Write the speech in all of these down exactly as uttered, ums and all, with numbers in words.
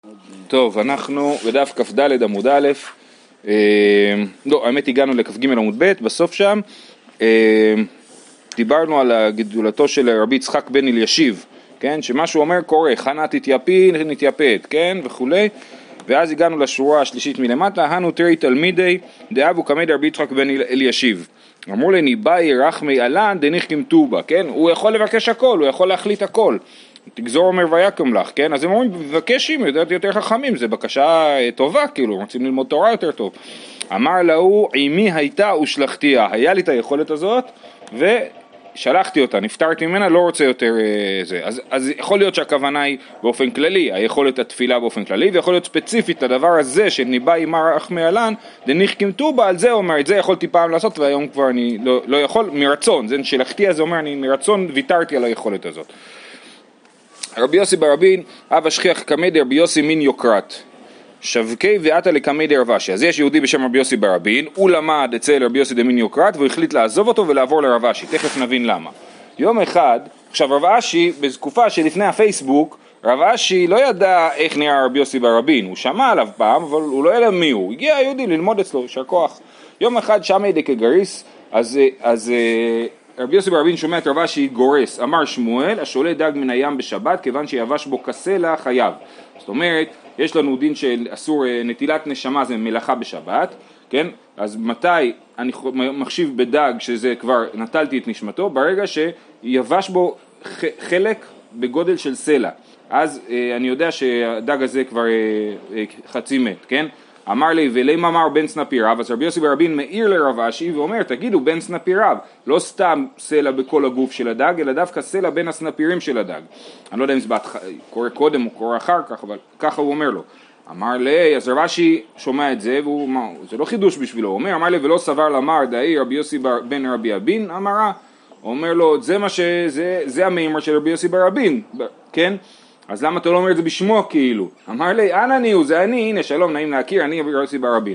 טוב, אנחנו בדף כ"ד עמוד א', לא, האמת הגענו לכ"ג עמוד ב', בסוף שם דיברנו על גדולתו של רבי יצחק בן אלישיב, כן, שמה שהוא אומר קורה, חנה תתייפי נתייפת, כן, וכולי, ואז הגענו לשורה השלישית מלמטה, הנו תראי תלמידי דאבו קמי רבי יצחק בן אלישיב, אמרו לי ניבאי רחמי אלן דניחכים טובה, כן, הוא יכול לבקש הכל, הוא יכול להחליט הכל, תגזור אומר ויקום לך, כן? אז הם אומרים, מבקשים, יותר, יותר חכמים, זה בקשה טובה, כאילו, רוצים ללמוד תורה יותר טוב. אמר לה, עימי הייתה ושלחתיה, היה לי את היכולת הזאת, ושלחתי אותה, נפטרתי ממנה, לא רוצה יותר אה, זה. אז, אז יכול להיות שהכוונה היא באופן כללי, היכולת התפילה באופן כללי, ויכול להיות ספציפית לדבר הזה, של ניבאי מרח מעלן, דניחכים טובה, על זה אומר, את זה יכולתי פעם לעשות, והיום כבר אני לא, לא יכול, מרצון, זה שלחתיה, זה אומר, אני מרצון ויתרתי על היכולת הזאת. רבי יוסי ברבין, אבא שכיח קמי רבי יוסי מן יוקרת, שבקי ועתה לקמי רב אשי. אז יש יהודי בשם רבי יוסי ברבין, הוא למד אצל רבי יוסי דמין יוקרת, והוא החליט לעזוב אותו ולעבור לרב אשי, תכף נבין למה. יום אחד, עכשיו רב אשי, בתקופה שלפני הפייסבוק, רב אשי לא ידע איך נראה רבי יוסי ברבין, הוא שמע עליו פעם, אבל הוא לא ידע מי הוא, הוא הגיע יהודי ללמוד אצלו, שר כוח. יום אחד שם ידי כגריס, אז... אז רבי יוסי ברבין שומע את רב אשי גורס, אמר שמואל, השולה דג מן הים בשבת, כיוון שיבש בו כסלע חייב. זאת אומרת, יש לנו דין של אסור נטילת נשמה, זה מלאכה בשבת, כן? אז מתי אני מחשיב בדג שזה כבר נטלתי את נשמתו? ברגע שיבש בו חלק בגודל של סלע. אז אני יודע שהדג הזה כבר חצי מת, כן? אמר לי, ולמה אמר בן סנפיריו? אז רבי יוסי ברבין מאיר לרב אשי ואומר, תגידו בן סנפיריו, לא סתם סלע בכל הגוף של הדג, אלא דווקא סלע בין הסנפירים של הדג. אני לא יודע אם זה קורה קודם או קורה אחר כך, אבל ככה הוא אומר לו. אמר לי, אז רב אשי שומע את זה, והוא, מה, זה לא חידוש בשבילו, הוא אומר, אמר לי, ולא סבר למר, דאי רבי יוסי בן רבי אבין, אמרה, הוא אומר לו, זה מה ש... זה, זה המימר של רבי יוסי ברבין, כן? אז למה אתה לא אומר את זה בשמו כאילו? אמר לי, אנא ניהו, זה אני, הנה שלום, נעים להכיר, אני רבי יוסי ברבין.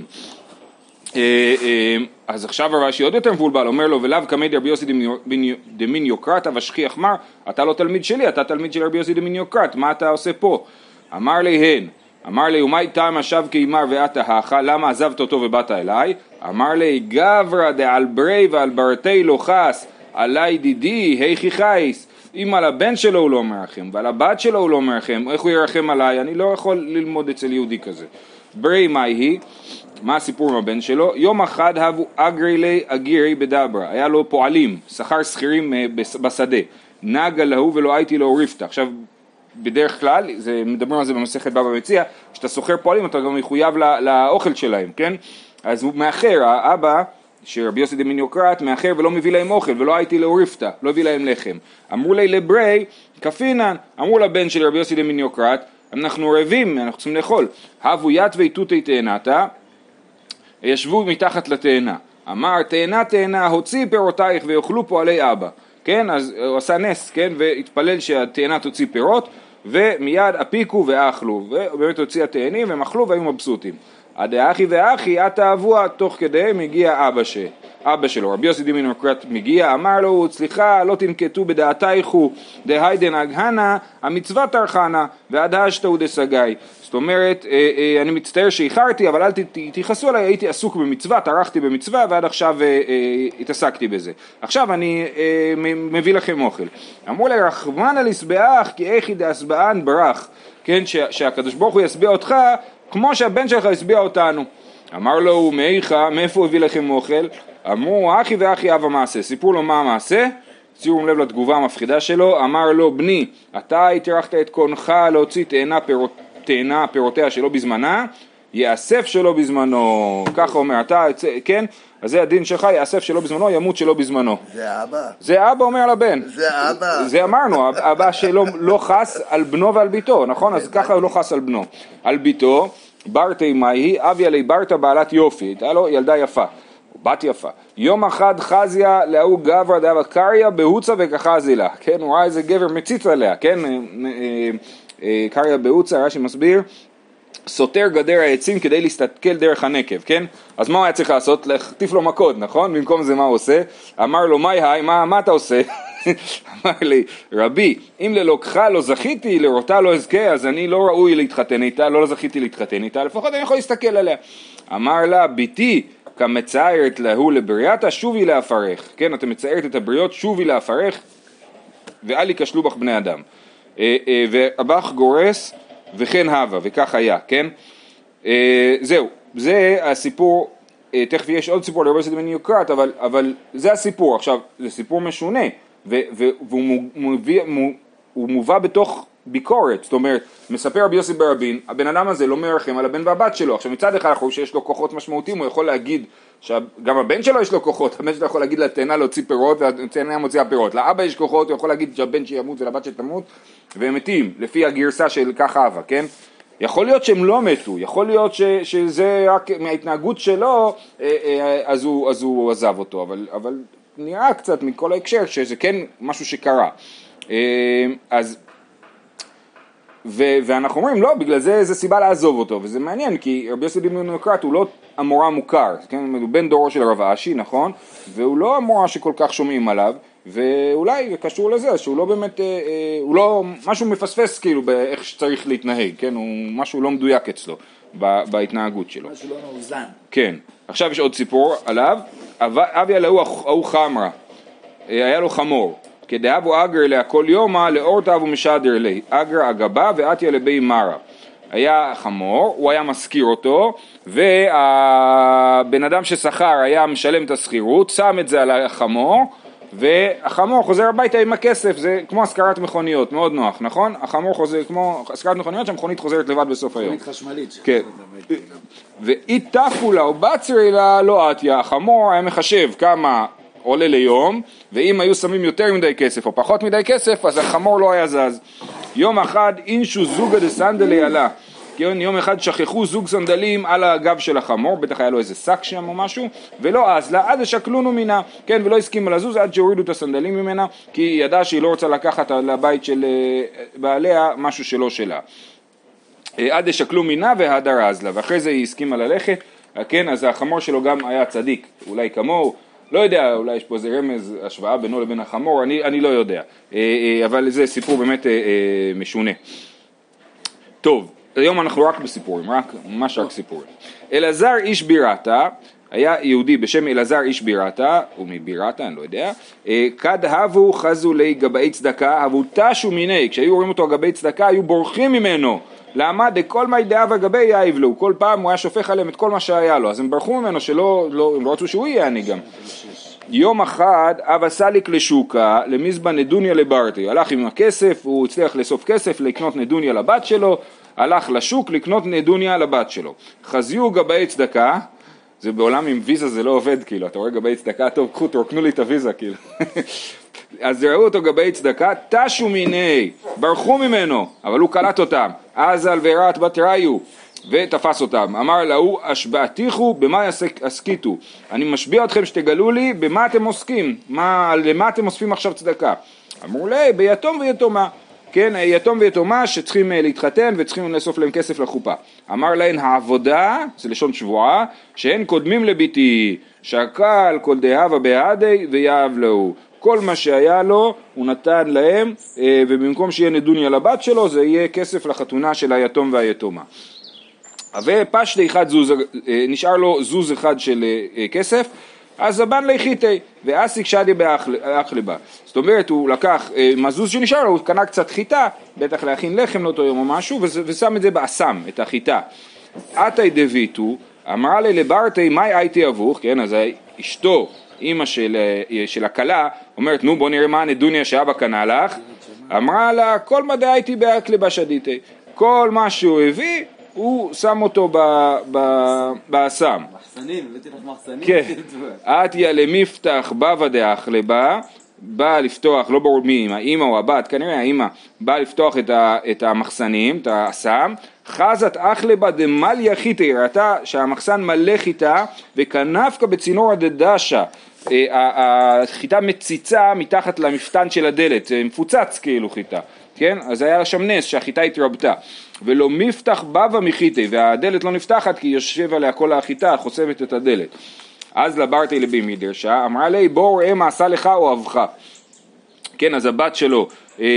אז עכשיו רב אשי עוד יותר מבולבל, אומר לו, ולאו קמי רבי יוסי דמין יוקרת, ושכיח מר, אתה לא תלמיד שלי, אתה תלמיד של רבי יוסי דמין יוקרת, מה אתה עושה פה? אמר לי, הן, אמר לי, ומאי טעם השב כאימר ואתה האחה, למה עזבת אותו ובאת אליי? אמר לי, גברא דעל ברי ועל ברתי לא חס, עלי דידי, היכי חייס, אם על הבן שלו הוא לא מרחם, ועל הבת שלו הוא לא מרחם, איך הוא ירחם עליי? אני לא יכול ללמוד אצל יהודי כזה. ברי מאי היא, מה הסיפור עם הבן שלו? יום אחד הבו אגרי לי אגירי בדברה, היה לו פועלים, שכר שכירים בשדה, נגה להו ולא הייתי לו ריפתה. עכשיו, בדרך כלל, זה, מדברים על זה במסכת בבא מציעא, כשאתה שוכר פועלים אתה גם מחויב לא, לאוכל שלהם, כן? אז הוא מאחר, האבא, שרבי יוסי דמין יוקרת מאחר ולא מביא להם אוכל ולא הייתי להוריפתה, לא הביא להם לחם. אמרו לי לברי, כפינן, אמרו לבן של רבי יוסי דמין יוקרת, אנחנו רעבים, אנחנו צריכים לאכול. הבו יתווי תותי תאנתה, ישבו מתחת לתאנה. אמר תאנה תאנה, הוציא פירותייך ויאכלו פועלי אבא. כן, אז הוא עשה נס, כן, והתפלל שהתאנה תוציא פירות, ומיד הפיקו ואכלו, ובאמת הוציא התאנים והם אכלו והיו מבסוטים. עד האחי ואחי, עתה אבוה, תוך כדי מגיע אבא, ש... אבא שלו, רבי יוסי דמין יוקרת מגיע, אמר לו, סליחה, לא תנקטו בדעתייכו, דהיידן אגהנה, המצווה תרחנה, ועד השתאו דסגי. זאת אומרת, אה, אה, אני מצטער שאיחרתי, אבל אל תתייחסו עליי, הייתי עסוק במצווה, תרחתי במצווה, ועד עכשיו אה, אה, התעסקתי בזה. עכשיו אני אה, מביא לכם אוכל. אמרו לי, רחמנא לישבעך, כי איכי דאשבען ברח, כן, ש... שהקדוש ברוך הוא ישביע אותך, כמו שהבן שלך הסביע אותנו. אמר לו, מאיכה, מאיפה הוא הביא לכם אוכל? אמרו, אחי ואחי אב המעשה. סיפרו לו מה המעשה? שימו לב לתגובה המפחידה שלו. אמר לו, בני, אתה התארחת את קונך להוציא תאנה, פירות, תאנה פירותיה שלא בזמנה, יאסף שלא בזמנו. ככה אומר, אתה, כן? אז זה הדין שלך, יאסף שלא בזמנו, ימות שלא בזמנו. זה אבא. זה אבא אומר לבן. זה אבא. זה אמרנו, אבא שלא לא חס על בנו ועל ביתו, נכון? אז ככה הוא לא חס על בנו. על ביתו, ברתי מאי, אביה לי ברתה בעלת יופי, הייתה לו ילדה יפה, בת יפה. יום אחד חזיה להוא גברא דאבה קריה בהוצה וכחזי לה, כן? הוא ראה איזה גבר מציץ עליה, כן? קריה בהוצה, רש"י מסביר, סותר גדר העצים כדי להסתכל דרך הנקב, כן? אז מה הוא היה צריך לעשות? להחטיף לו מכות, נכון? במקום זה מה הוא עושה? אמר לו, מהי היי, מה, מה אתה עושה? אמר לי, רבי, אם ללוקחה לא זכיתי, לראותה לא אזכה, אז אני לא ראוי להתחתן איתה, לא זכיתי להתחתן איתה, לפחות אני יכול להסתכל עליה. אמר לה, ביתי, כמצערת להוא לבריאתה, שובי להפרך. כן, אתה מצערת את הבריות, שובי להפרך, ואל יקשלו בך בני אדם. ואבך גורס, וכן הווה, וכך היה, כן? זהו, זה הסיפור, תכף יש עוד סיפור לרבי יוסי בן יוקרת, אבל, אבל זה הסיפור. עכשיו, זה סיפור משונה, ו, ו, והוא מובא, הוא מובא בתוך ביקורת, זאת אומרת, מספר רבי יוסי ברבין, הבן אדם הזה לא מרחם על הבן והבת שלו. עכשיו, מצד אחד אנחנו שיש לו כוחות משמעותיים, הוא יכול להגיד, שגם הבן שלו יש לו כוחות, הבן שלו יכול להגיד לתאנה להוציא פירות, והתאנה מוציאה פירות. לאבא יש כוחות, הוא יכול להגיד שהבן שימות ולבת שתמות, והם מתים, לפי הגרסה של כך אבא, כן? יכול להיות שהם לא מתו, יכול להיות ש, שזה רק מההתנהגות שלו, אז הוא, אז הוא עזב אותו, אבל, אבל נראה קצת מכל ההקשר שזה כן משהו שקרה. אז, ו, ואנחנו אומרים, לא, בגלל זה זה סיבה לעזוב אותו, וזה מעניין, כי רבי יוסי בן יוקרת הוא לא אמורא מוכר, כן? הוא בן דורו של רב אשי, נכון? והוא לא אמורא שכל כך שומעים עליו, ואולי קשור לזה שהוא לא באמת, הוא לא, משהו מפספס כאילו באיך שצריך להתנהג, כן? הוא משהו לא מדויק אצלו בהתנהגות שלו. משהו לא מאוזן. כן. עכשיו יש עוד סיפור עליו, אבי עלהו ההוא חמרה, היה לו חמור, כדאבו אגר לה כל יומה, לאור תאבו משדר לי, אגר אגבה ואתיה לבי מרה. היה חמור, הוא היה מזכיר אותו, והבן אדם ששכר היה משלם את הסחירות, שם את זה על החמור, והחמור חוזר הביתה עם הכסף, זה כמו הזכרת מכוניות, מאוד נוח, נכון? החמור חוזר כמו הזכרת מכוניות שהמכונית חוזרת לבד בסוף היום. מכונית חשמלית. כן. ואיתפו לה או בצרי לה לא עתיה, החמור היה מחשב כמה עולה ליום, ואם היו שמים יותר מדי כסף או פחות מדי כסף, אז החמור לא היה זז. יום אחד אינשו זוגה דסנדלי עלה, יום אחד שכחו זוג סנדלים על הגב של החמור, בטח היה לו איזה שק שם או משהו, ולא אז לה, עד השקלונו מינה, כן, ולא הסכימה לזוז עד שהורידו את הסנדלים ממנה, כי היא ידעה שהיא לא רוצה לקחת לבית של בעליה משהו שלא שלה. עד השקלו מינה והדר אז לה, ואחרי זה היא הסכימה ללכת, כן, אז החמור שלו גם היה צדיק, אולי כמוהו, לא יודע, אולי יש פה איזה רמז, השוואה בינו לבין החמור, אני, אני לא יודע, אבל זה סיפור באמת משונה. טוב, היום אנחנו רק בסיפורים, רק, ממש רק סיפורים. אלעזר איש בירתה, היה יהודי בשם אלעזר איש בירתה, הוא מבירתה, אני לא יודע, כד הבו חזו לי גבאי צדקה, הבו תשו מיני, כשהיו רואים אותו גבאי צדקה, היו בורחים ממנו, למה דכל מי דאב הגבי יאיב לו, כל פעם הוא היה שופך עליהם את כל מה שהיה לו, אז הם ברחו ממנו שלא, לא, הם לא רצו שהוא יהיה אני גם. יום אחד אבא סליק לשוקה, למזבא נדוניה לברטי, הלך עם הכסף, הוא הצליח לאסוף כסף, לקנות נדוניה לבת שלו, הלך לשוק לקנות נדוניה לבת שלו. חזיו גבאי צדקה, זה בעולם עם ויזה זה לא עובד כאילו, אתה רואה גבאי צדקה, טוב, קחו, תרוקנו לי את הוויזה כאילו. אז ראו אותו גבאי צדקה, תשו מיני, ברחו ממנו, אבל הוא קלט אותם, אזל ורעת בתראיו, ותפס אותם. אמר להוא, השבעתיכו, במה עסקיתו? אני משביע אתכם שתגלו לי, במה אתם עוסקים? מה, למה אתם אוספים עכשיו צדקה? אמרו לי, ביתום ויתומה. כן, יתום ויתומה שצריכים להתחתן וצריכים לאסוף להם כסף לחופה. אמר להן העבודה, זה לשון שבועה, שהן קודמים לביתי, שקל כל דהבה בהדי ויאב לו. כל מה שהיה לו הוא נתן להם, ובמקום שיהיה נדוניה לבת שלו, זה יהיה כסף לחתונה של היתום והיתומה. ופשטי אחד זוז, נשאר לו זוז אחד של כסף, אז זבן ליחיתי, ואסיק שדי באחלה בה. זאת אומרת, הוא לקח מזוז שנשאר לו, הוא קנה קצת חיטה, בטח להכין לחם לאותו יום או משהו, ושם את זה באסם, את החיטה. עתי דביתו, אמרה לי לברתי, מי הייתי אבוך, כן, אז אשתו, אמא של, של הכלה, אומרת, נו בוא נראה מה הנדוניה שאבא קנה לך, אמרה לה, כל מדי הייתי באחלה בה שדיתי, כל מה שהוא הביא, הוא שם אותו באסם. מחסנים, הבאתי לך מחסנים. כן. עתיה למפתח בבא דאחלה בה, באה לפתוח, לא ברור מי, האמא או הבת, כנראה האמא, באה לפתוח את המחסנים, את האסם, חזת אחלה בה דמליה חיטה, ראתה שהמחסן מלא חיטה, וכנפקה בצינור הדדשה, החיטה מציצה מתחת למפתן של הדלת, זה מפוצץ כאילו חיטה. כן? אז היה שם נס שהחיטה התרבתה. ולא מפתח בבא מחיתי, והדלת לא נפתחת כי יושב עליה כל החיטה, חוסמת את הדלת. אז לברתי לבי מדרשה, אמרה לי בוא ראה מה עשה לך אוהבך. כן, אז הבת שלו,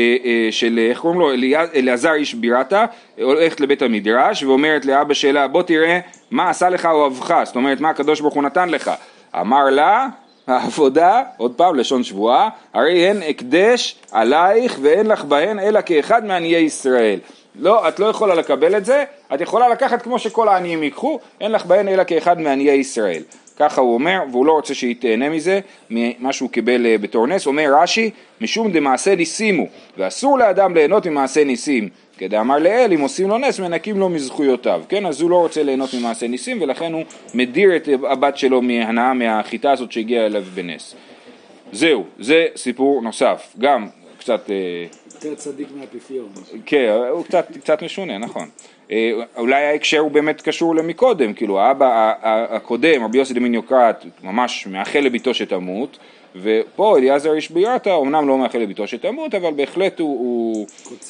של, איך קוראים לו, אלעזר איש בירתה, הולכת לבית המדרש ואומרת לאבא שלה, בוא תראה מה עשה לך אוהבך, זאת אומרת מה הקדוש ברוך הוא נתן לך. אמר לה, העבודה, עוד פעם לשון שבועה, הרי הן הקדש עלייך ואין לך בהן אלא כאחד מעניי ישראל. לא, את לא יכולה לקבל את זה, את יכולה לקחת כמו שכל העניים ייקחו, אין לך בהן אלא כאחד מעניי ישראל. ככה הוא אומר, והוא לא רוצה שהיא תהנה מזה, ממה שהוא קיבל בתור נס. אומר רש"י, משום דמעשה ניסימו, ואסור לאדם ליהנות ממעשה ניסים, כדאמר לאל, אם עושים לו נס, מנקים לו מזכויותיו, כן? אז הוא לא רוצה ליהנות ממעשה ניסים, ולכן הוא מדיר את הבת שלו מהנאה מהחיטה הזאת שהגיעה אליו בנס. זהו, זה סיפור נוסף, גם קצת... יותר צדיק מהאפיפיור. כן, הוא קצת, קצת משונה, נכון. אולי ההקשר הוא באמת קשור למקודם, כאילו האבא הקודם, רבי יוסי דמן יוקרת, ממש מאחל לביתו שתמות, ופה אליעזר איש בירתה, אמנם לא מאחל לביתו שתמות, אבל בהחלט הוא, הוא,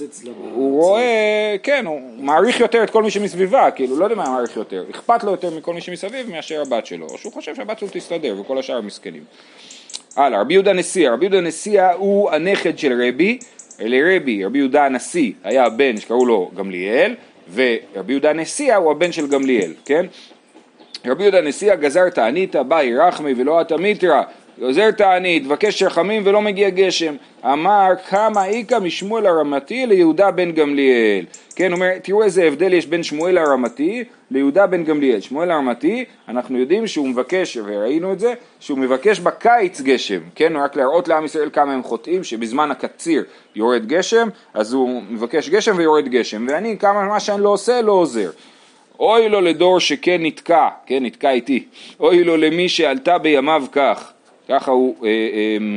הוא רואה, כן, הוא מעריך יותר את כל מי שמסביבה, כאילו לא יודע מה מעריך יותר, אכפת לו יותר מכל מי שמסביב מאשר הבת שלו, או שהוא חושב שהבת שלו תסתדר וכל השאר מסכנים. הלאה, רבי יהודה נשיאה, רבי יהודה נשיאה הוא הנכד של רבי, לרבי, רבי יהודה הנשיא היה הבן שקראו לו גמליאל, ורבי יהודה נשיאה הוא הבן של גמליאל, כן? רבי יהודה נשיאה גזר תענית, באי רחמי ולא אתה מיתרא, גזר תענית, בקש רחמים ולא מגיע גשם, אמר כמה איקה משמואל הרמתי ליהודה בן גמליאל, כן, אומר, תראו איזה הבדל יש בין שמואל הרמתי ליהודה בן גמליאל. שמואל הרמתי, אנחנו יודעים שהוא מבקש, וראינו את זה, שהוא מבקש בקיץ גשם, כן, רק להראות לעם ישראל כמה הם חוטאים, שבזמן הקציר יורד גשם, אז הוא מבקש גשם ויורד גשם, ואני כמה מה שאני לא עושה לא עוזר. אוי לו לדור שכן נתקע, כן, נתקע איתי, אוי לו למי שעלתה בימיו כך, ככה הוא אה, אה,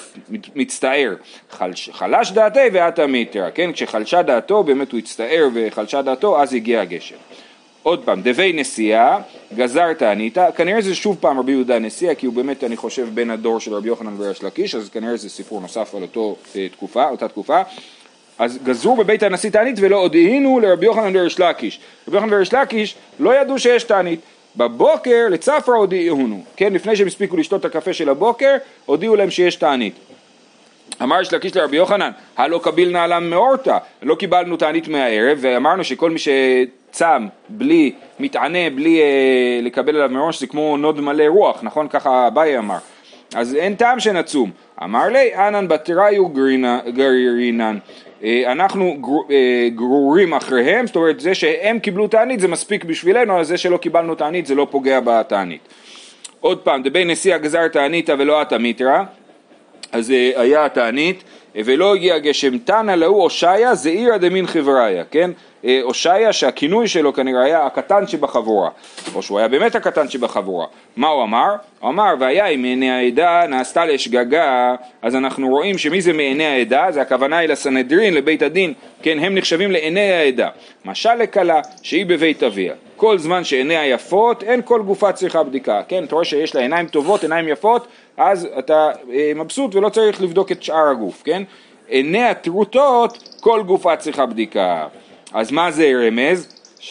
מצטער, חלש, חלש דעתי ואתה מיתרא, כן, כשחלשה דעתו באמת הוא הצטער וחלשה דעתו אז הגיע הגשם. עוד פעם, דבי נשיאה, גזר תענית, כנראה זה שוב פעם רבי יהודה נשיאה, כי הוא באמת אני חושב בין הדור של רבי יוחנן וריש לקיש, אז כנראה זה סיפור נוסף על אותו אה, תקופה, אותה תקופה. אז גזרו בבית הנשיא תענית ולא הודיעינו לרבי יוחנן וריש לקיש. רבי יוחנן וריש לקיש לא ידעו שיש תענית. בבוקר לצפרא הודיעונו, כן, לפני שהם הספיקו לשתות את הקפה של הבוקר, הודיעו להם שיש תענית. אמר יש לקיש לרבי יוחנן, הלא קביל נעלם מאורתא, לא קיבלנו תענית מהערב, ואמרנו שכל מי שצם בלי, מתענה בלי אה, לקבל עליו מראש, זה כמו נוד מלא רוח, נכון? ככה אביי אמר. אז אין טעם שנצום. אמר לי, אנן בתראיו גרעינן, אנחנו גרורים אחריהם, זאת אומרת זה שהם קיבלו תענית זה מספיק בשבילנו, אז זה שלא קיבלנו תענית זה לא פוגע בתענית. עוד פעם, דבי נשיאה גזר תענית ולא אתה מיתרא, אז היה תענית ולא הגיע גשם, תנא להו הושעיה זעירא דמין חבריה, כן? הושעיה שהכינוי שלו כנראה היה הקטן שבחבורה, או שהוא היה באמת הקטן שבחבורה. מה הוא אמר? הוא אמר, והיה אם מעיני העדה נעשתה לשגגה, אז אנחנו רואים שמי זה מעיני העדה, זה הכוונה היא לסנהדרין, לבית הדין, כן, הם נחשבים לעיני העדה. משל לקלה שהיא בבית אביה, כל זמן שעיניה יפות, אין כל גופה צריכה בדיקה, כן, אתה רואה שיש לה עיניים טובות, עיניים יפות, אז אתה מבסוט ולא צריך לבדוק את שאר הגוף, כן? עיניה טרוטות, כל גופה צריכה בדיקה. אז מה זה רמז?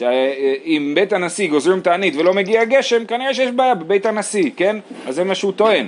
שאם בית הנשיא גוזרים תענית ולא מגיע גשם, כנראה שיש בעיה בבית הנשיא, כן? אז זה מה שהוא טוען,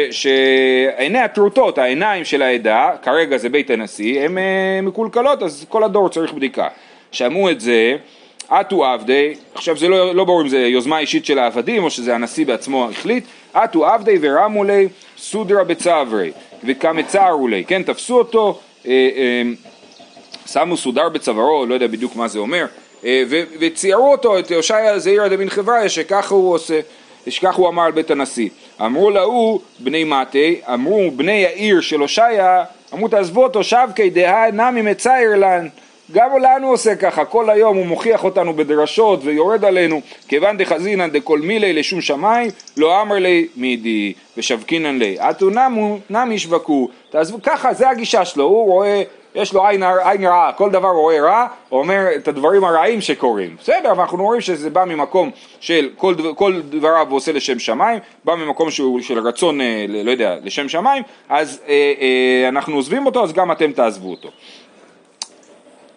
שעיני הטרוטות, העיניים של העדה, כרגע זה בית הנשיא, הן מקולקלות, אז כל הדור צריך בדיקה. שמעו את זה, עטו עבדי, עכשיו זה לא, לא ברור אם זה יוזמה אישית של העבדים, או שזה הנשיא בעצמו החליט, עטו עבדי ורמו לי סודרה בצברי, וכמצערו לי, כן? תפסו אותו, אה, אה, שמו סודר בצווארו, לא יודע בדיוק מה זה אומר, וציירו אותו, את הושעיה זעירא דמין חבריה, שככה הוא עושה, שככה הוא אמר על בית הנשיא. אמרו לו בני מתי, אמרו בני העיר של הושעיה, אמרו תעזבו אותו, שבקי דהה נמי מצייר לן, גם לנו עושה ככה, כל היום הוא מוכיח אותנו בדרשות ויורד עלינו, כיוון דחזינן דכל מילי לשום שמיים, לא אמר לי מידי ושבקינן לי, עטו נמו נמי שבקו, תעזבו, ככה זה הגישה שלו, הוא רואה, יש לו עין, עין רעה, כל דבר הוא רואה רע, הוא אומר את הדברים הרעים שקורים. בסדר, אבל אנחנו רואים שזה בא ממקום של כל, כל דבריו הוא עושה לשם שמיים, בא ממקום שהוא של רצון, לא יודע, לשם שמיים, אז אה, אה, אנחנו עוזבים אותו, אז גם אתם תעזבו אותו.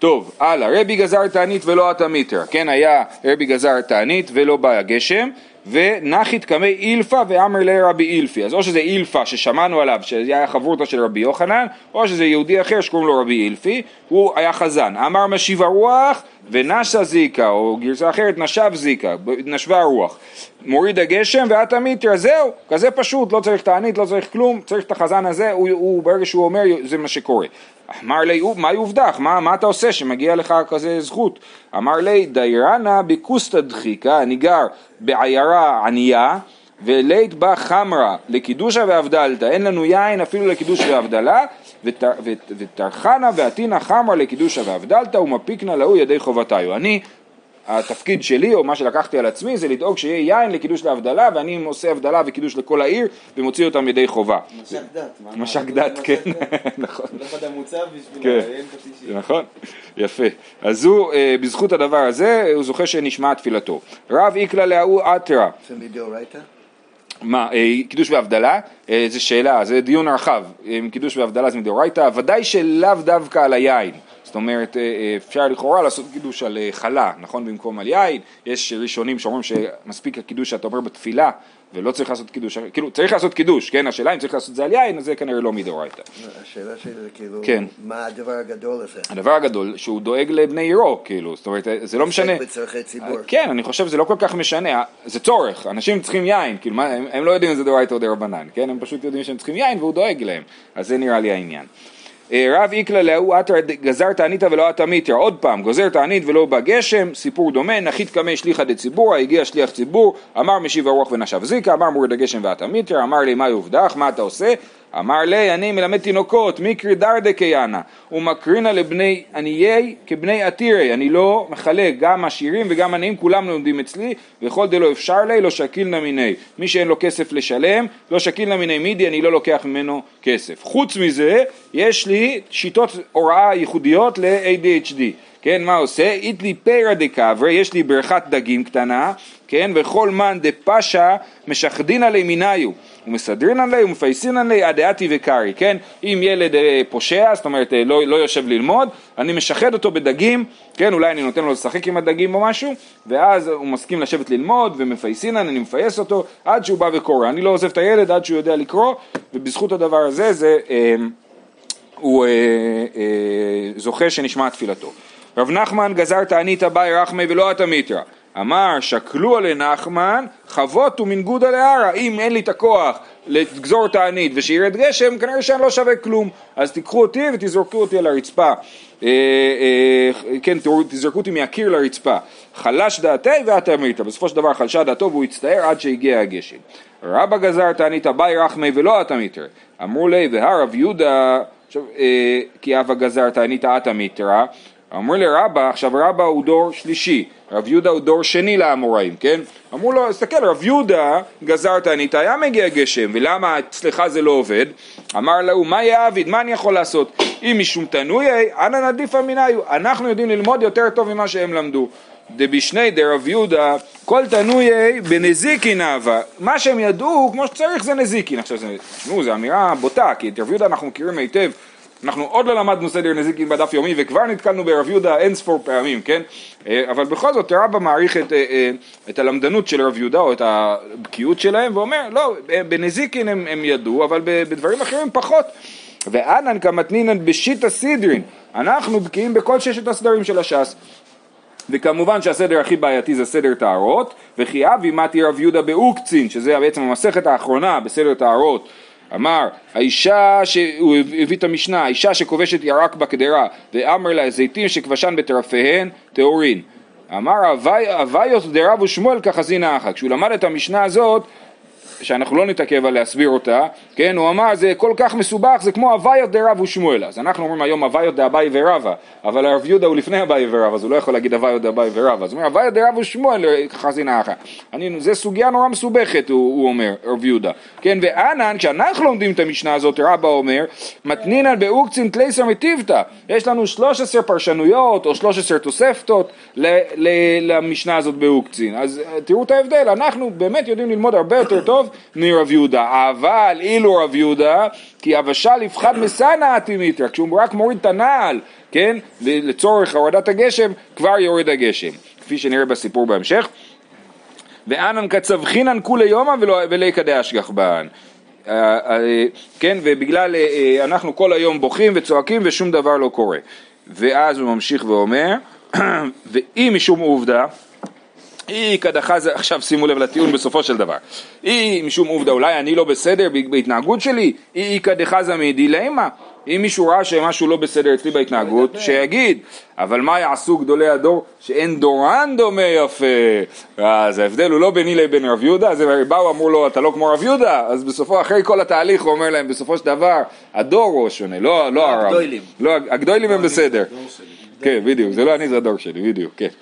טוב, הלאה, רבי גזר תענית ולא התמיתרא, כן, היה רבי גזר תענית ולא בא הגשם, ונחית קמי אילפה ואמר לרבי אילפי, אז או שזה אילפה ששמענו עליו, שזה היה חברותא של רבי יוחנן, או שזה יהודי אחר שקוראים לו רבי אילפי, הוא היה חזן, אמר משיב הרוח ונשה זיקה, או גרסה אחרת נשב זיקה, נשבה הרוח, מוריד הגשם והתמיתרא, זהו, כזה פשוט, לא צריך תענית, לא צריך כלום, צריך את החזן הזה, הוא, הוא, ברגע שהוא אומר זה מה שקורה. אמר לי, מה יובדח? מה, מה אתה עושה שמגיע לך כזה זכות? אמר לי, דיירנה בקוסטה דחיקה, אני גר בעיירה ענייה, ולית בה חמרה לקידושה והבדלתה, אין לנו יין אפילו לקידוש והבדלה, ותרחנה ועתינה חמרה לקידושה והבדלתה, ומפיקנה להוא ידי חובתיו. אני, התפקיד שלי, או מה שלקחתי על עצמי, זה לדאוג שיהיה יין לקידוש להבדלה, ואני עושה הבדלה וקידוש לכל העיר, ומוציא אותם ידי חובה. משק דת. משק דת, כן, נכון. לא חדה מוצב בשביל להיין פטישי. נכון, יפה. אז הוא, בזכות הדבר הזה, הוא זוכה שנשמע תפילתו. רב איקלה להוא עתרא. זה מדאורייתא? מה, קידוש והבדלה? זו שאלה, זה דיון רחב. קידוש והבדלה זה מדאורייתא, ודאי שלאו דווקא על היין. זאת אומרת, אפשר לכאורה לעשות קידוש על חלה, נכון? במקום על יין, יש ראשונים שאומרים שמספיק הקידוש שאתה אומר בתפילה, ולא צריך לעשות קידוש, כאילו צריך לעשות קידוש, כן? השאלה אם צריך לעשות זה על יין, אז זה כנראה לא מדאורייתא. השאלה שלי זה כאילו, כן. מה הדבר הגדול הזה? הדבר הגדול, שהוא דואג לבני עירו, כאילו, זאת אומרת, זה לא משנה. בצורכי ציבור. כן, אני חושב שזה לא כל כך משנה, זה צורך, אנשים צריכים יין, כאילו, מה, הם, הם לא יודעים אם זה דאורייתא או דרבנן, כן? הם פשוט יודעים שהם צריכים יין והוא דואג להם, אז זה נראה לי העניין. רב איקלה להוא עתרא גזר תעניתא ולא התמיתרא, עוד פעם, גוזר תענית ולא בא גשם, סיפור דומה, נחית קמי שליחא דציבורא, הגיע שליח ציבור, אמר משיב הרוח ונשב זיקה, אמר מוריד הגשם והתמיתרא, אמר לי מה יובדח, מה אתה עושה? אמר לי, אני מלמד תינוקות, מקרי דרדה קיינה, ומקרינה לבני עניי כבני עתירי, אני לא מחלק, גם עשירים וגם עניים, כולם לומדים אצלי, וכל דלא אפשר לי, לא שקילנה מיני, מי שאין לו כסף לשלם, לא שקילנה מיני מידי, אני לא לוקח ממנו כסף. חוץ מזה, יש לי שיטות הוראה ייחודיות ל-איי די אייץ' די, כן, מה עושה? איתלי פירא דקברי, יש לי ברכת דגים קטנה, כן, וכל מן דפשה משחדין עלי מיניו, ומסדרין עלי ומפייסין עלי עדעתי וקרי, כן, אם ילד פושע, זאת אומרת לא, לא יושב ללמוד, אני משחד אותו בדגים, כן, אולי אני נותן לו לשחק עם הדגים או משהו, ואז הוא מסכים לשבת ללמוד, ומפייסין, אני מפייס אותו עד שהוא בא וקורא, אני לא עוזב את הילד עד שהוא יודע לקרוא, ובזכות הדבר הזה, זה, אה, הוא אה, אה, זוכה שנשמע תפילתו. רב נחמן גזר תענית באי רחמי ולא התמיתרא, אמר שקלו עלי נחמן חבוט ומנגודה להרה, אם אין לי את הכוח לגזור תענית ושירד גשם כנראה שאני לא שווה כלום, אז תיקחו אותי ותזרקו אותי על הרצפה, אה, אה, כן, תזרקו אותי מהקיר לרצפה, חלש דעתי והתמיתרא, בסופו של דבר חלשה דעתו והוא הצטער עד שהגיע הגשם. רבא גזר תענית באי רחמי ולא התמיתרא, אמרו לי והרב יהודה, עכשיו, אה, כי אבא גזר תענית התמיתרא, אמרו לרבא, עכשיו רבא הוא דור שלישי, רב יהודה הוא דור שני לאמוראים, כן? אמרו לו, הסתכל, רב יהודה גזר תענית, היה מגיע גשם, ולמה אצלך זה לא עובד? אמר לו, מה יעביד, מה אני יכול לעשות? אם משום תנויי, אנא נדיפה מיניו, אנחנו יודעים ללמוד יותר טוב ממה שהם למדו. דבישני דרב יהודה, כל תנויי בנזיקין אהבה, מה שהם ידעו, כמו שצריך זה נזיקין. עכשיו, זה, נו, זו אמירה בוטה, כי את רב יהודה אנחנו מכירים היטב, אנחנו עוד לא למדנו סדר נזיקין בדף יומי וכבר נתקלנו ברב יהודה אין ספור פעמים, כן? אבל בכל זאת רבא מעריך את, את הלמדנות של רב יהודה או את הבקיאות שלהם ואומר לא, בנזיקין הם, הם ידעו אבל בדברים אחרים פחות. ואנן כמתנינן בשיטה סידרין, אנחנו בקיאים בכל ששת הסדרים של הש"ס. וכמובן שהסדר הכי בעייתי זה סדר טהרות, וכי אבי מתי רב יהודה באוקצין, שזה בעצם המסכת האחרונה בסדר טהרות, אמר, האישה, הוא הביא את המשנה, האישה שכובשת ירק בקדרה, ואמר לה, זיתים שכבשן בטרפיהן, תאורין. אמר, הוויות דרב ושמואל כחזינה אחת. כשהוא למד את המשנה הזאת, שאנחנו לא נתעכב על להסביר אותה, כן, הוא אמר, זה כל כך מסובך, זה כמו הוויות דרב ושמואל. אז אנחנו אומרים היום הוויות דאביי ורבא, אבל הרב יהודה הוא לפני אביי ורבא, אז הוא לא יכול להגיד הוויות דאביי ורבא. אז הוא אומר, הוויות דרב ושמואל כחזינה אחת. אני, זה סוגיה נורא מסובכת, הוא, הוא אומר, הרב יהודה. כן, וענן, כשאנחנו לומדים את המשנה הזאת, רבא אומר, מתנינן באוקצין תלייסר מטיבתא. יש לנו שלוש עשרה פרשנויות, או שלוש עשרה תוספתות ל, ל, למשנה הזאת באוקצין. אז תראו את ההבדל, אנחנו באמת יודעים ללמוד הרבה יותר טוב מרב יהודה, אבל אילו רב יהודה, כי הבשל יפחד מסנה אטימיתרא, כשהוא רק מוריד את הנעל, כן, לצורך הורדת הגשם, כבר יורד הגשם, כפי שנראה בסיפור בהמשך. ואנן קצבחינן כולי יומא ולא יקדש אשגח בהן. כן, ובגלל אנחנו כל היום בוכים וצועקים ושום דבר לא קורה. ואז הוא ממשיך ואומר, ואם משום עובדה, היא כדחזה, עכשיו שימו לב לטיעון בסופו של דבר, היא משום עובדה, אולי אני לא בסדר בהתנהגות שלי, היא כדחזה מדילמה, אם מישהו ראה שמשהו לא בסדר אצלי בהתנהגות, שיגיד, אבל מה יעשו גדולי הדור שאין דורן דומה יפה? אז ההבדל הוא לא ביני לבין רב יהודה, אז הם באו אמרו לו אתה לא כמו רב יהודה, אז בסופו, אחרי כל התהליך הוא אומר להם בסופו של דבר, הדור הוא שונה, לא, לא הרב. הגדולים. לא, הגדולים הם בסדר. כן, בדיוק, זה לא אני, זה הדור שלי, בדיוק, כן.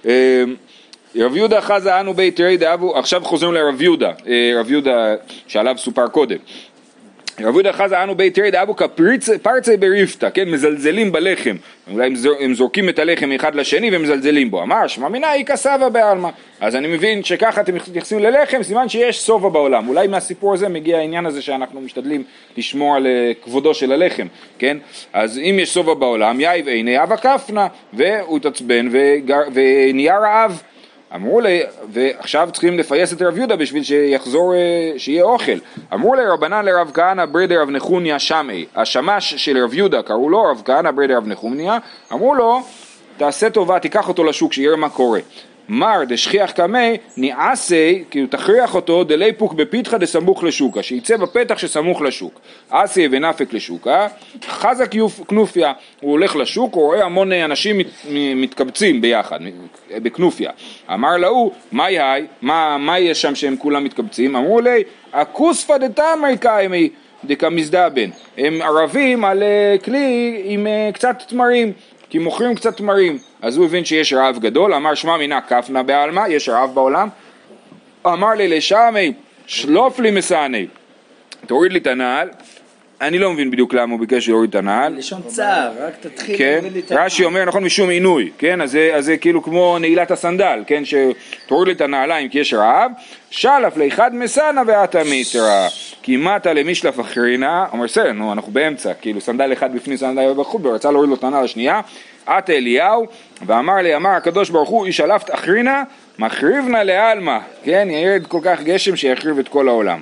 רב יהודה חזה אנו בית תראי דאבו, עכשיו חוזרים לרב יהודה, רב יהודה שעליו סופר קודם. רב יהודה חזה אנו בית תראי דאבו כפרצי בריפתא, כן, מזלזלים בלחם, אולי הם זורקים את הלחם אחד לשני ומזלזלים בו, אמר שמאמינה היא כסבה בעלמא, אז אני מבין שככה אתם מתייחסים ללחם, סימן שיש סובה בעולם, אולי מהסיפור הזה מגיע העניין הזה שאנחנו משתדלים לשמור על כבודו של הלחם, כן, אז אם יש סובה בעולם, יאיב עיני אבא כפנה, והוא תצבן ונהיה רעב, אמרו לי, ועכשיו צריכים לפייס את רב יהודה בשביל שיחזור, שיהיה אוכל. אמרו לי רבנן לרב כהנא ברדר רב נחוניה שמעי, השמש של רב יהודה, קראו לו רב כהנא ברדר רב נחוניה, אמרו לו, תעשה טובה, תיקח אותו לשוק, שיראה מה קורה. מר דשכיח קמי ניעסי, כאילו תכריח אותו דלי פוק בפיתחה דסמוך לשוקה, שיצא בפתח שסמוך לשוק. עשי ונפק לשוקה, חזק כנופיה, הוא הולך לשוק, הוא רואה המון אנשים מת, מתקבצים ביחד, בכנופיה. אמר לו, מה יהי, מה, מה יש שם שהם כולם מתקבצים? אמרו לי, הכוספא דתמרי קיימי דקמזדבן, הם ערבים על כלי עם קצת תמרים, כי מוכרים קצת תמרים, אז הוא הבין שיש רעב גדול, אמר שמע מינה כפנה בעלמא, יש רעב בעולם, אמר לי לשמי, שלוף לי מסעני, תוריד לי את הנעל, אני לא מבין בדיוק למה הוא ביקש להוריד את הנעל. לשון צער, רק תתחיל. כן, רש"י אומר נכון משום עינוי, כן, אז זה, אז זה כאילו כמו נעילת הסנדל, כן, שתוריד לי את הנעליים כי יש רעב, שלף ליחד מסענה ואתה מיתרא, כי מתה למשלף אחרינה, אומר בסדר, נו, אנחנו באמצע, כאילו סנדל אחד בפנים סנדל בחוץ, ורצה להוריד לו את הנעל השנייה, עת אליהו, ואמר לי, אמר הקדוש ברוך הוא, איש שלפת אחרינה, מחריבנה לעלמא, כן, ירד כל כך גשם שיחריב את כל העולם.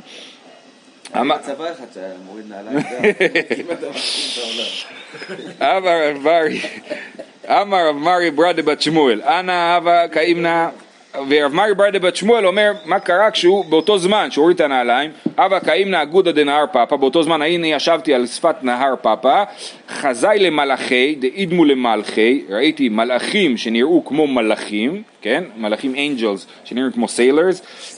הצבא אחד שהיה מוריד נעליים, כמעט המחרים את העולם. אמר רב מרי ברדה בת שמואל, אנא אבא קאימנה, ורב מרי ברדה בת שמואל אומר מה קרה כשהוא באותו זמן שהוא הוריד את הנעליים, אבא קאימנה אגודה דנהר פאפה, באותו זמן הנה ישבתי על שפת נהר פאפה, חזאי למלאכי דאידמו למלכי, ראיתי מלאכים שנראו כמו מלאכים, כן, מלאכים אנג'לס שנראו כמו סיילרס,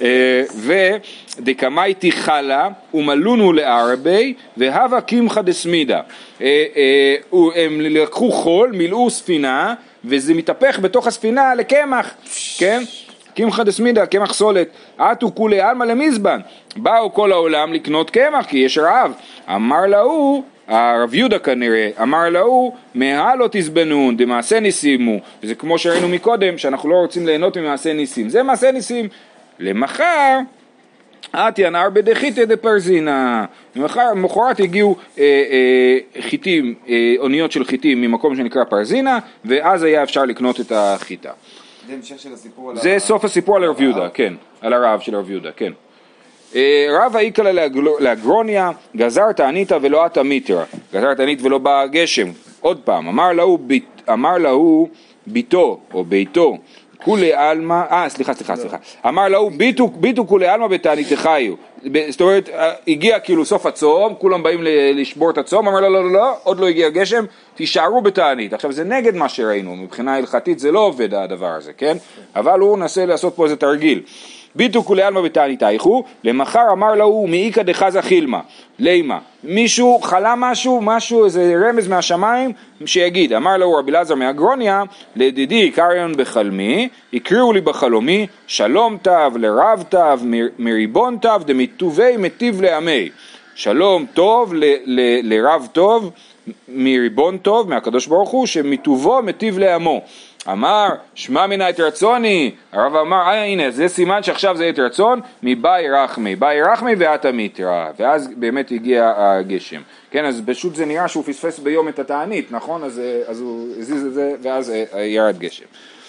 ודקמאי תיחלה ומלונו לערבי והווה קמחא דסמידה, הם לקחו חול, מילאו ספינה וזה מתהפך בתוך הספינה לקמח, כן, קמחא דסמידה, קמח סולת, עטו כולי עלמא למזבן, באו כל העולם לקנות קמח כי יש רעב, אמר להוא, הרב יהודה כנראה, אמר להוא, מה לא תזבנון, דמעשה ניסימו, וזה כמו שראינו מקודם, שאנחנו לא רוצים ליהנות ממעשה ניסים, זה מעשה ניסים, למחר, עתי הנער בדחיתא דפרזינה, למחרת הגיעו אה, אה, חיטים, אה, אוניות של חיטים ממקום שנקרא פרזינה, ואז היה אפשר לקנות את החיטה. זה המשך של הסיפור על זה הרב. סוף הסיפור על הרב יהודה, כן, על הרב של הרב יהודה, כן. רב איקלה לאגרוניה, גזר תענית ולא אתה מיתרא, גזר תענית ולא בא גשם, עוד פעם, אמר להוא, אמר להוא ביתו או ביתו, כולי אלמה, אה סליחה סליחה סליחה, אמר להוא ביתו, ביתו כולי אלמה בתעניתך היו, זאת אומרת, הגיע כאילו סוף הצום, כולם באים לשבור את הצום, אמר לא לא לא, עוד לא הגיע גשם, תישארו בתענית, עכשיו זה נגד מה שראינו, מבחינה הלכתית זה לא עובד הדבר הזה, כן, אבל הוא נסה לעשות פה איזה תרגיל, ביטו כולי עלמא בתעניתייכו, למחר אמר לו מאיקא דחזה חילמה, לימה, מישהו חלם משהו, משהו, איזה רמז מהשמיים, שיגיד, אמר לו רבי אלעזר מאגרוניה, לדידי קריון בחלמי, יקריאו לי בחלומי, שלום תו לרב תו, מריבון תו, דמיטובי מטיב לעמי, שלום טוב ל, ל, לרב טוב, מריבון טוב, מהקדוש ברוך הוא, שמטובו מטיב לעמו, אמר, שמע מינה את רצוני, הרב אמר, אה, הנה, זה סימן שעכשיו זה את רצון, מבאי רחמי, באי רחמי ואת המיטרה, ואז באמת הגיע הגשם. כן, אז פשוט זה נראה שהוא פספס ביום את התענית, נכון? אז, אז הוא הזיז את זה, ואז ירד גשם.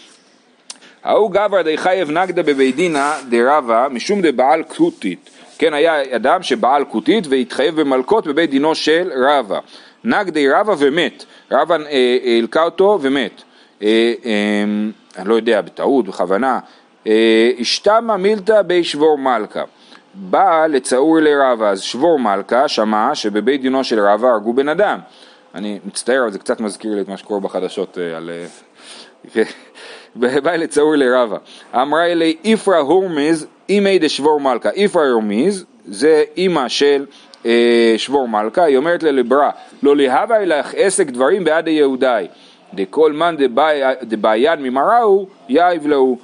ההוא גבר די חייב נגדה בבית דינה דרבה, משום דבעל כותית. כן, היה אדם שבעל כותית והתחייב במלכות בבית דינו של רבה. נגדי רבה ומת, רבה הלקה אותו ומת. אה, אה, אני לא יודע, בטעות, בכוונה. אה, השתמה מילתא בי שבור מלכה. בא לצעור לרבה, אז שבור מלכה שמע שבבית דינו של רבה הרגו בן אדם. אני מצטער, אבל זה קצת מזכיר לי את מה שקורה בחדשות אה, על... אה, בא לצעור לרבה. אמרה אלי איפרה הורמיז, אימי דשבור מלכה. איפרה הורמיז זה אימא של אה, שבור מלכה, היא אומרת ללברא, לא להווה לך עסק דברים בעד היהודי. דכל מן דבעיין ממראו, יאיב לו.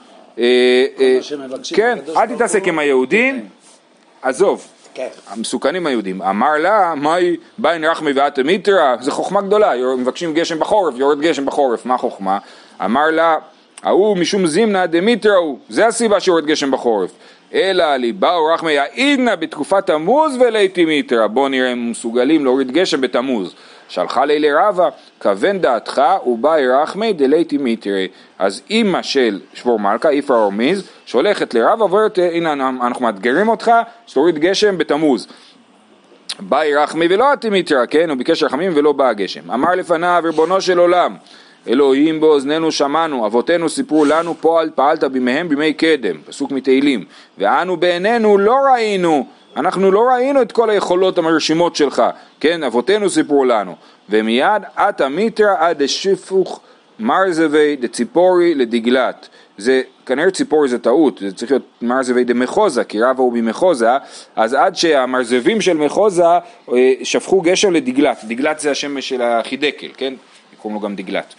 כן, אל תתעסק עם היהודים, עזוב, המסוכנים היהודים. אמר לה, מהי בעין רחמי ואת המיטרה, זה חוכמה גדולה, מבקשים גשם בחורף, יורד גשם בחורף, מה חוכמה? אמר לה, ההוא משום זימנה דמיטראו, זה הסיבה שיורד גשם בחורף. אלא לי באו רחמי העידנה בתקופת תמוז ולעיתי מיטרה, בוא נראה אם מסוגלים להוריד גשם בתמוז. שלחה לי לרבה, כוון דעתך ובאי רחמי דלעיתי מיטרה. אז אמא של שבור מלכה, איפרה הורמיז, שהולכת לרבה ואומרת, הנה אנחנו מאתגרים אותך, שתוריד גשם בתמוז. באי רחמי ולא עתי מיטרה, כן, הוא ביקש רחמים ולא בא הגשם. אמר לפניו, ריבונו של עולם, אלוהים באוזנינו שמענו, אבותינו סיפרו לנו, פועל פעלת בימיהם בימי קדם, פסוק מתהילים, ואנו בעינינו לא ראינו, אנחנו לא ראינו את כל היכולות המרשימות שלך, כן, אבותינו סיפרו לנו, ומיד עתה מיטרה עד השפוך מרזווי דציפורי לדגלת, זה כנראה ציפורי זה טעות, זה צריך להיות מרזווי דמחוזה, כי רבה הוא במחוזה, אז עד שהמרזבים של מחוזה שפכו גשר לדגלת, דגלת זה השם של החידקל, כן? קוראים לו גם דגלת.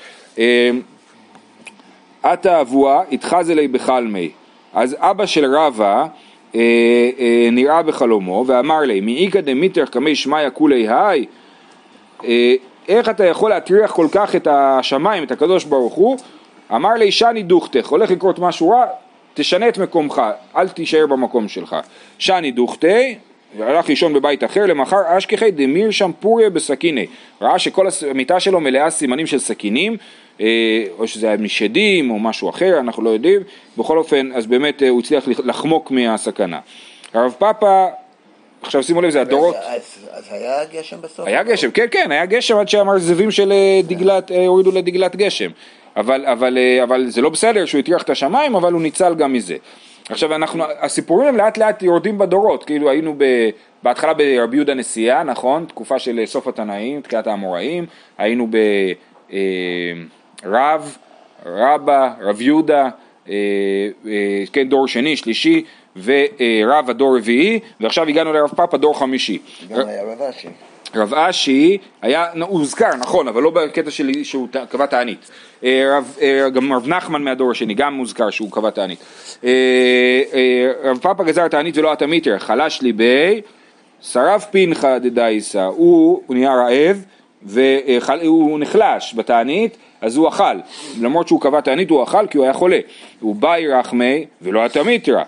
עתה אבוה התחז אלי בחלמי, אז אבא של רבה אה, אה, נראה בחלומו ואמר לי, מאיקא דמיטר כמי שמיה כולי היי, אה, איך אתה יכול להטריח כל כך את השמיים, את הקדוש ברוך הוא? אמר לי, שני דוכתך, הולך לקרות משהו רע, תשנה את מקומך, אל תישאר במקום שלך. שני דוכתי, והלך לישון בבית אחר, למחר אשכחי דמיר שם פוריה בסכיני, ראה שכל המיטה שלו מלאה סימנים של סכינים, או שזה היה משדים או משהו אחר, אנחנו לא יודעים, בכל אופן, אז באמת הוא הצליח לחמוק מהסכנה. הרב פאפה, עכשיו שימו לב, זה הדורות. אז, אז היה גשם בסוף? היה גשם, כן, כן, היה גשם עד שהמרזבים של דגלת, הורידו לדגלת גשם, אבל, אבל, אבל זה לא בסדר שהוא הטריח את השמיים, אבל הוא ניצל גם מזה. עכשיו אנחנו, הסיפורים הם לאט לאט יורדים בדורות, כאילו היינו ב, בהתחלה ברבי יהודה נשיאה, נכון? תקופה של סוף התנאים, תקעת האמוראים, היינו ברב, רבא, רב יהודה, כן, דור שני, שלישי, ורב הדור רביעי, ועכשיו הגענו לרב פאפה, דור חמישי. גם היה רב אשי. רב אשי היה, הוא הוזכר, נכון, אבל לא בקטע שלי שהוא קבע תענית. רב, גם רב נחמן מהדור השני, גם מוזכר שהוא קבע תענית. רב פאפה גזר תענית ולא עתה מיטרה, חלש ליבי, שרף פינחה דדייסה, הוא, הוא נהיה רעב, והוא נחלש בתענית, אז הוא אכל. למרות שהוא קבע תענית, הוא אכל כי הוא היה חולה. הוא באי רחמי ולא עתה מיטרה.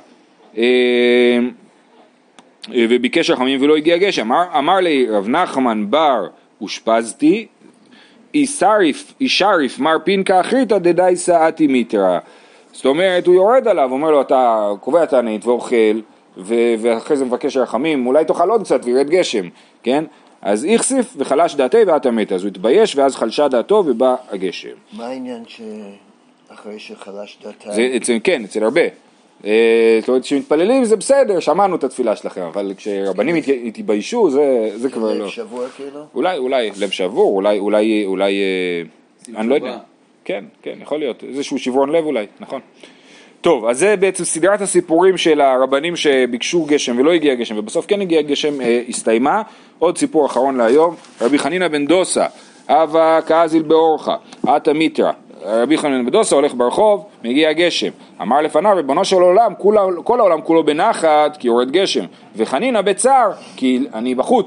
וביקש רחמים ולא הגיע גשם. אמר, אמר לי רב נחמן בר אושפזתי, איסריף, אישריף מר פינקה אחריתא דדייסה עתי מיטרה. זאת אומרת, הוא יורד עליו, אומר לו, אתה קובע תענית ואוכל, ואחרי זה מבקש רחמים, אולי תאכל עוד קצת וירד גשם, כן? אז איכסיף וחלש דעתי ואתה מת, אז הוא התבייש ואז חלשה דעתו ובא הגשם. מה העניין שאחרי שחלש דעתה? זה, אצל, כן, אצל הרבה. זאת אומרת, כשמתפללים זה בסדר, שמענו את התפילה שלכם, אבל כשרבנים התביישו, זה, זה כבר לא. לב שבור כאילו? אולי, אולי לב שבור, אולי, אולי, אולי, אני לא יודע. כן, כן, יכול להיות, איזשהו שברון לב אולי, נכון. טוב, אז זה בעצם סדרת הסיפורים של הרבנים שביקשו גשם ולא הגיע גשם, ובסוף כן הגיע גשם, אה, הסתיימה. עוד סיפור אחרון להיום, רבי חנינא בן דוסה, אבא קאזיל באורחה, עתה מיטרה. רבי חנינא בן דוסה הולך ברחוב, מגיע גשם. אמר לפניו, ריבונו של עולם, כל, כל העולם כולו בנחת, כי יורד גשם. וחנינא בצער, כי אני בחוץ.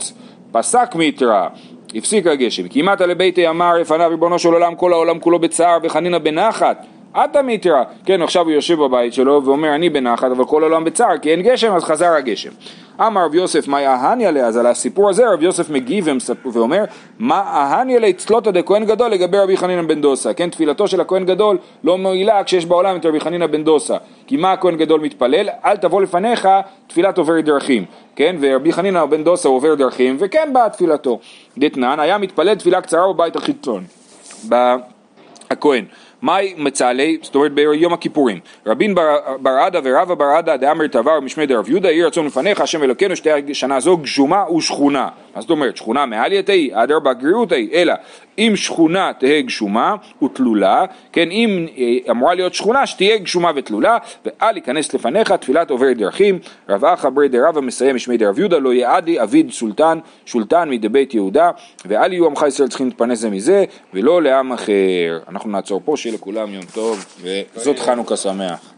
פסק מיתרא, הפסיק הגשם, כי אימת לביתי אמר לפניו ריבונו של עולם כל העולם כולו בצער וחנינה בנחת, אתה מיתרא, כן עכשיו הוא יושב בבית שלו ואומר אני בנחת אבל כל העולם בצער כי אין גשם אז חזר הגשם. אמר רב יוסף מה יהניה לה, אז על הסיפור הזה רב יוסף מגיב ואומר מה אהניה לה צלותא דכהן גדול לגבי רבי חנינא בן דוסא, כן תפילתו של הכהן גדול לא מועילה כשיש בעולם את רבי חנינא בן דוסא, כי מה הכהן גדול מתפלל אל תבוא לפניך תפילת עובר דרכים, כן ורבי חנינא בן דוסא עובר דרכים וכן באה תפילתו. דתנן היה מתפלל תפילה קצרה בבית החיצון הכהן מאי מצאלי, זאת אומרת ביום הכיפורים, רבין בר עדה ורבא בר עדה דאמר תבר משמי דרב יהודה יהי רצון לפניך השם אלוקינו שתהיה שנה זו גשומה ושכונה. מה זאת אומרת? שכונה מעליה תהי אדרבה גריעות תהי, אלא אם שכונה תהיה גשומה ותלולה, כן אם אמורה להיות שכונה שתהיה גשומה ותלולה, ואל ייכנס לפניך תפילת עובר דרכים. רב אחא בר דרבא מסיים משמי דרב יהודה לא יעדי אביד סולטן שולטן מדבית יהודה, ואל יהיו עמך ישראל צריכים להתפרנס זה מזה ולא לעם אחר. אנחנו נעצור פה, שיהיה לכולם יום טוב וזאת חנוכה שמח.